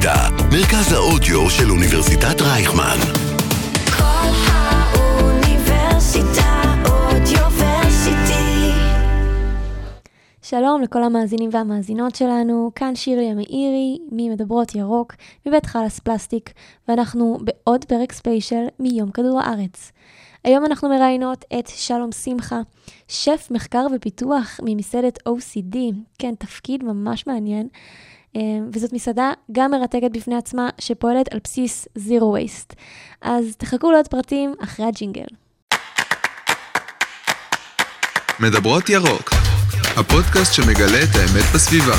האוניברסיטה, מרכז האודיו של אוניברסיטת רייכמן. כל האוניברסיטה אודיוורסיטי. שלום לכל המאזינים והמאזינות שלנו, כאן שירי המאירי, ממדברות ירוק, מבית חלס פלסטיק, ואנחנו בעוד פרק ספיישל מיום כדור הארץ. היום אנחנו מראיינות את שלום שמחה, שף מחקר ופיתוח ממסעדת OCD, כן, תפקיד ממש מעניין, וזאת מסעדה גם מרתקת בפני עצמה, שפועלת על בסיס Zero Waste. אז תחכו לעוד פרטים אחרי הג'ינגל. מדברות ירוק, הפודקאסט שמגלה את האמת בסביבה.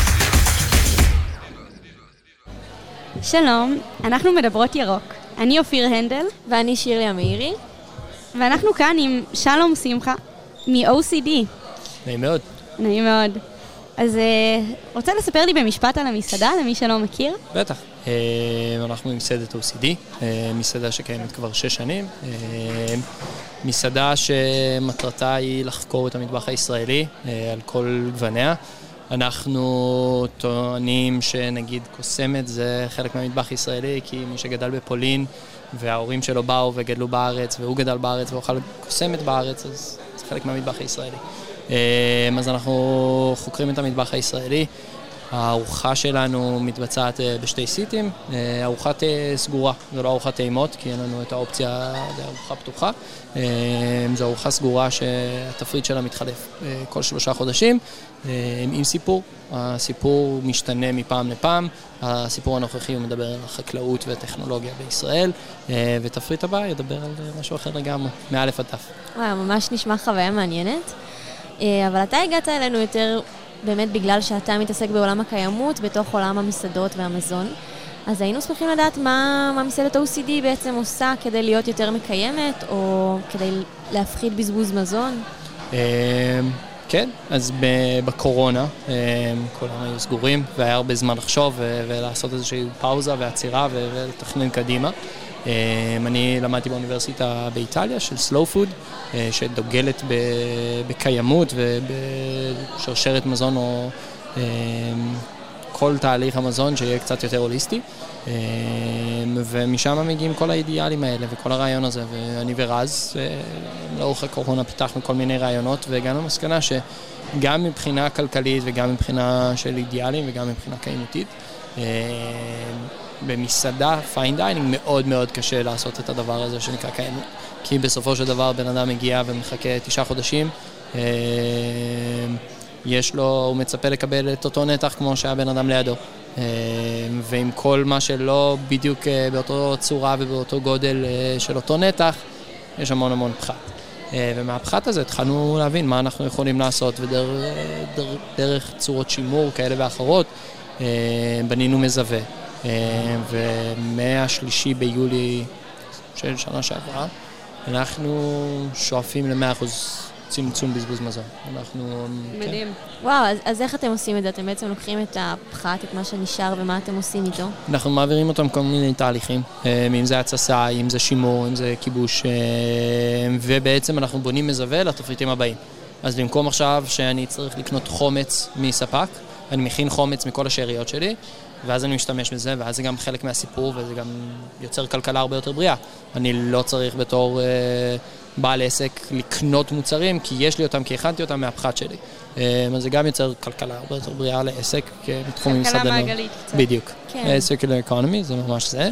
שלום, אנחנו מדברות ירוק. אני אופיר הנדל. ואני שירי המאירי. ואנחנו כאן עם שלום שמחה, מ-OCD. נעים מאוד. נעים מאוד. אז רוצה לספר לי במשפט על המסעדה, למי שלא מכיר? בטח. אנחנו ממסעדת OCD, מסעדה שקיימת כבר 6 שנים. מסעדה שמטרתה היא לחקור את המטבח הישראלי על כל גווניה. אנחנו טוענים שנגיד קוסמת זה חלק מהמטבח הישראלי, כי מי שגדל בפולין וההורים שלו באו וגדלו בארץ, והוא גדל בארץ ואוכל קוסמת בארץ, אז זה חלק מהמטבח הישראלי. אז אנחנו חוקרים את המטבח הישראלי. הארוחה שלנו מתבצעת בשתי סיטים, ארוחת סגורה, זו לא ארוחת טעימות, כי אין לנו את האופציה לארוחה פתוחה. זו ארוחה סגורה שהתפריט שלה מתחלף כל 3 חודשים, עם סיפור. הסיפור משתנה מפעם לפעם, הסיפור הנוכחי הוא מדבר על החקלאות והטכנולוגיה בישראל, ותפריט הבא ידבר על משהו אחר לגמרי, מאלף עד תף. וואו, ממש נשמע חוויה מעניינת, אבל אתה הגעת אלינו יותר באמת בגלל שאתה מתעסק בעולם הקיימות, בתוך עולם המסעדות והמזון. אז היינו שמחים לדעת מה מסעדת OCD בעצם עושה כדי להיות יותר מקיימת, או כדי להפחית בזבוז מזון? כן, אז בקורונה כולם היו סגורים, והיה הרבה זמן לחשוב ולעשות איזושהי פאוזה ועצירה ולתכנן קדימה. אני למדתי באוניברסיטה באיטליה של Slow Food, שדוגלת בקיימות ובשרשרת מזון או כל תהליך המזון שיהיה קצת יותר הוליסטי. ומשם מגיעים כל האידיאלים האלה וכל הרעיון הזה, ואני ורז לאורך הקורונה פיתחנו כל מיני רעיונות, והגענו למסקנה שגם מבחינה כלכלית וגם מבחינה של אידיאלים וגם מבחינה קיימותית, במסעדה, פיין דיינינג, מאוד מאוד קשה לעשות את הדבר הזה שנקרא קיימות. כי בסופו של דבר בן אדם מגיע ומחכה 9 חודשים, הוא מצפה לקבל את אותו נתח כמו שהבן אדם לידו. ועם כל מה שלא בדיוק באותו צורה ובאותו גודל של אותו נתח, יש המון המון פחת. ומהפחת הזה התחלנו להבין מה אנחנו יכולים לעשות, ודרך צורות שימור כאלה ואחרות בנינו מזווה. ומ-3 ביולי של שנה שעברה, אנחנו שואפים ל100% צמצום בזבוז מזון. מדהים. כן. וואו, אז איך אתם עושים את זה? אתם בעצם לוקחים את הפחת, את מה שנשאר, ומה אתם עושים איתו? אנחנו מעבירים אותם כל מיני תהליכים, אם זה הצסה, אם זה שימור, אם זה כיבוש, ובעצם אנחנו בונים מזווה לתפריטים הבאים. אז במקום עכשיו שאני צריך לקנות חומץ מספק, אני מכין חומץ מכל השאריות שלי, ואז אני משתמש בזה, ואז זה גם חלק מהסיפור, וזה גם יוצר כלכלה הרבה יותר בריאה. אני לא צריך בתור בעל עסק לקנות מוצרים, כי יש לי אותם, כי הכנתי אותם מהפחת שלי. אז זה גם יוצר כלכלה הרבה יותר בריאה לעסק, בתחום מסעדנות. כלכלה מעגלית קצת. בדיוק. כן. Circular Economy, זה ממש זה.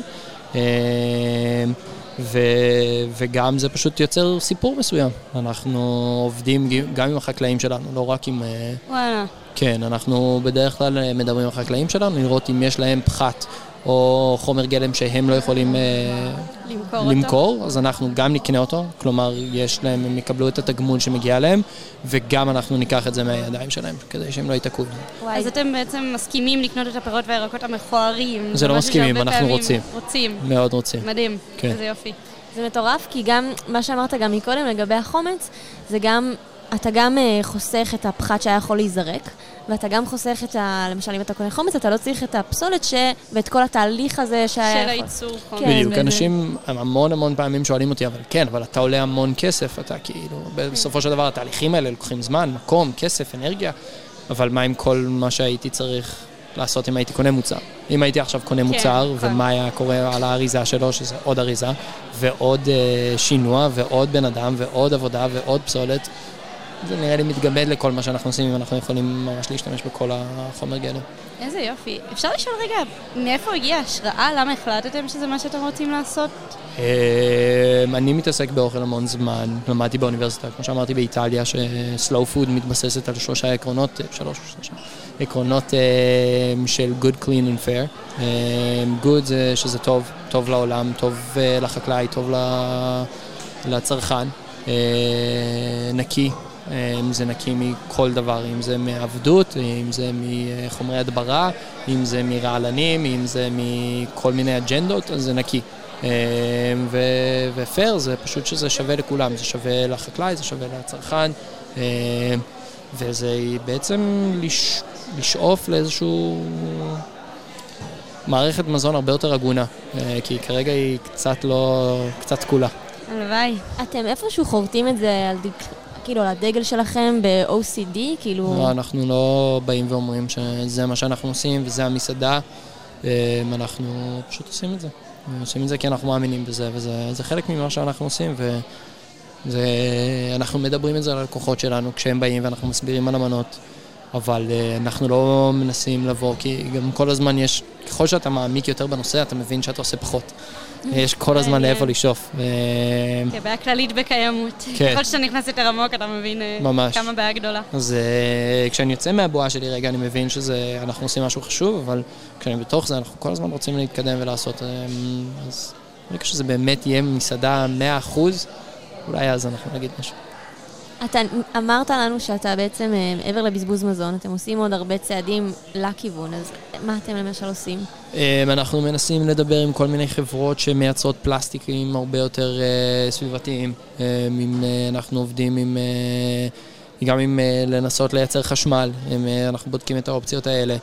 וגם זה פשוט יוצר סיפור מסוים. אנחנו עובדים גם עם החקלאים שלנו, לא רק עם... וואלה. כן, אנחנו בדרך כלל מדברים עם החקלאים שלנו, לראות אם יש להם פחת או חומר גלם שהם לא יכולים למכור, אז אנחנו גם נקנה אותו, כלומר הם יקבלו את התגמול שמגיע להם, וגם אנחנו ניקח את זה מהידיים שלהם, כדי שהם לא יתעכבו. אז אתם בעצם מסכימים לקנות את הפירות והירקות המכוערים? זה לא מסכימים, אנחנו רוצים. רוצים. מאוד רוצים. מדהים, כן. זה יופי. זה מטורף, כי גם מה שאמרת גם מקודם לגבי החומץ, זה גם, אתה גם חוסך את הפחת שהיה יכול להיזרק, ואתה גם חוסך את למשל אם אתה קונה חומץ, אתה לא צריך את הפסולת ואת כל התהליך הזה שהיה של הייצור חומץ. בדיוק, אנשים המון פעמים שואלים אותי, אבל כן, אבל אתה עולה המון כסף, אתה כאילו, בסופו של דבר התהליכים האלה לוקחים זמן, מקום, כסף, אנרגיה, אבל מה עם כל מה שהייתי צריך לעשות אם הייתי קונה מוצר. אם הייתי עכשיו קונה מוצר, ומה היה קורה על האריזה שלו, שזה עוד אריזה, ועוד שינוע, ועוד בן אדם, ועוד עבודה, ועוד פסולת, זה נראה לי מתגמד לכל מה שאנחנו עושים, אם אנחנו יכולים ממש להשתמש בכל החומר גלם. איזה יופי. אפשר לשאול רגע, מאיפה הגיעה ההשראה? למה החלטתם שזה מה שאתם רוצים לעשות? אני מתעסק באוכל המון זמן, למדתי באוניברסיטה, כמו שאמרתי באיטליה, שסלואו פוד מתבססת על שלושה עקרונות של good, clean and fair. good זה שזה טוב לעולם, טוב לחקלאי, טוב לצרכן, נקי. אם זה נקי מכל דבר, אם זה מעבדות, אם זה מחומרי הדברה, אם זה מרעלנים, אם זה מכל מיני אג'נדות, אז זה נקי. ופייר זה פשוט שזה שווה לכולם, זה שווה לחקלאי, זה שווה לצרכן, וזה בעצם לשאוף לאיזשהו מערכת מזון הרבה יותר הגונה, כי כרגע היא קצת תקולה. הלוואי. אתם איפשהו חורטים את זה על כאילו, לדגל שלכם ב-OCD, כאילו... לא, אנחנו לא באים ואומרים שזה מה שאנחנו עושים, וזה המסעדה. אנחנו פשוט עושים את זה. עושים את זה כי אנחנו מאמינים בזה, וזה חלק ממה שאנחנו עושים, ואנחנו מדברים את זה על הלקוחות שלנו כשהם באים ואנחנו מסבירים על המנות, אבל אנחנו לא מנסים לבוא, כי גם כל הזמן יש, ככל שאתה מעמיק יותר בנושא, אתה מבין שאתה עושה פחות. יש כל הזמן לאיפה לשאוף. כן, בעיה כללית בקיימות. ככל שאתה נכנס יותר עמוק, אתה מבין כמה בעיה גדולה. אז כשאני יוצא מהבועה שלי רגע, אני מבין שאנחנו עושים משהו חשוב, אבל כשאני בתוך זה, אנחנו כל הזמן רוצים להתקדם ולעשות. אז ברגע שזה באמת יהיה מסעדה 100%, אולי אז אנחנו נגיד משהו. אתה אמרת לנו שאתה בעצם, מעבר לבזבוז מזון, אתם עושים עוד הרבה צעדים לכיוון, אז מה אתם למשל עושים? אנחנו מנסים לדבר עם כל מיני חברות שמייצרות פלסטיקים הרבה יותר סביבתיים. אנחנו עובדים גם עם לנסות לייצר חשמל, אנחנו בודקים את האופציות האלה.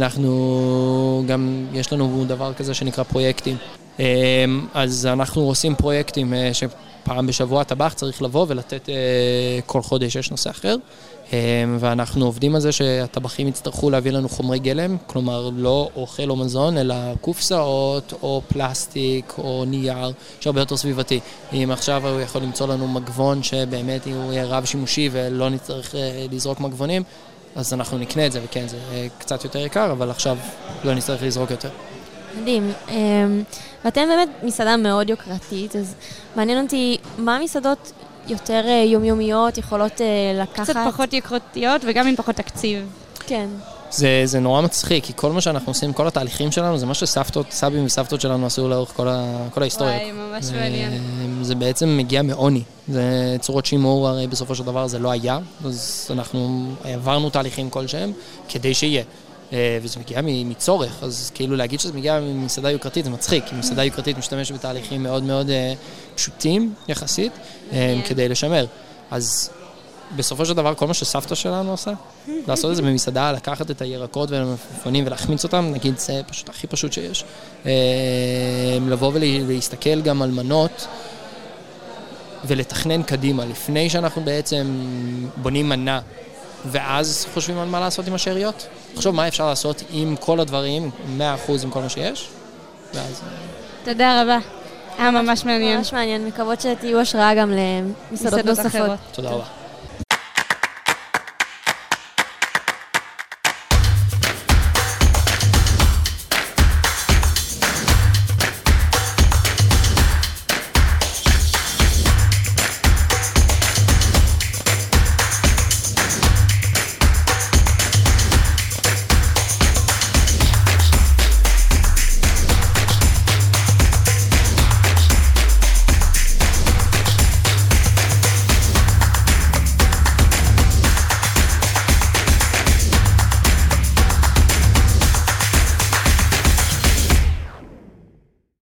גם יש לנו דבר כזה שנקרא פרויקטים. אז אנחנו עושים פרויקטים פעם בשבוע הטבח צריך לבוא ולתת כל חודש יש נושא אחר, ואנחנו עובדים על זה שהטבחים יצטרכו להביא לנו חומרי גלם, כלומר לא אוכל או מזון, אלא קופסאות או פלסטיק או נייר, שהרבה יותר סביבתי. אם עכשיו הוא יכול למצוא לנו מגבון שבאמת הוא יהיה רב שימושי ולא נצטרך לזרוק מגבונים, אז אנחנו נקנה את זה, וכן, זה קצת יותר יקר, אבל עכשיו לא נצטרך לזרוק יותר. מדהים. ואתם באמת מסעדה מאוד יוקרתית, אז מעניין אותי, מה מסעדות יותר יומיומיות יכולות לקחת? קצת פחות יוקרתיות וגם עם פחות תקציב. כן. זה נורא מצחיק, כי כל מה שאנחנו עושים, כל התהליכים שלנו, זה מה סבים וסבתות שלנו עשו לאורך כל ההיסטוריה. וואי, ממש מעניין. זה בעצם מגיע מעוני. זה צורות שימור, הרי בסופו של דבר זה לא היה, אז אנחנו עברנו תהליכים כלשהם כדי שיהיה. וזה מגיע מצורך, אז כאילו להגיד שזה מגיע ממסעדה יוקרתית זה מצחיק, כי מסעדה יוקרתית משתמשת בתהליכים מאוד מאוד פשוטים יחסית, כדי לשמר. אז בסופו של דבר כל מה שסבתא שלנו עושה, לעשות את זה במסעדה, לקחת את הירקות והמפונים ולהחמיץ אותם, נגיד זה פשוט הכי פשוט שיש. לבוא ולהסתכל גם על מנות ולתכנן קדימה, לפני שאנחנו בעצם בונים מנה, ואז חושבים על מה לעשות עם השאריות. חשוב מה אפשר לעשות עם כל הדברים, 100% עם כל מה שיש. ואז... תודה רבה. היה ממש מעניין. ממש מעניין. מקוות שתהיו השראה גם למסעדות נוספות. תודה רבה.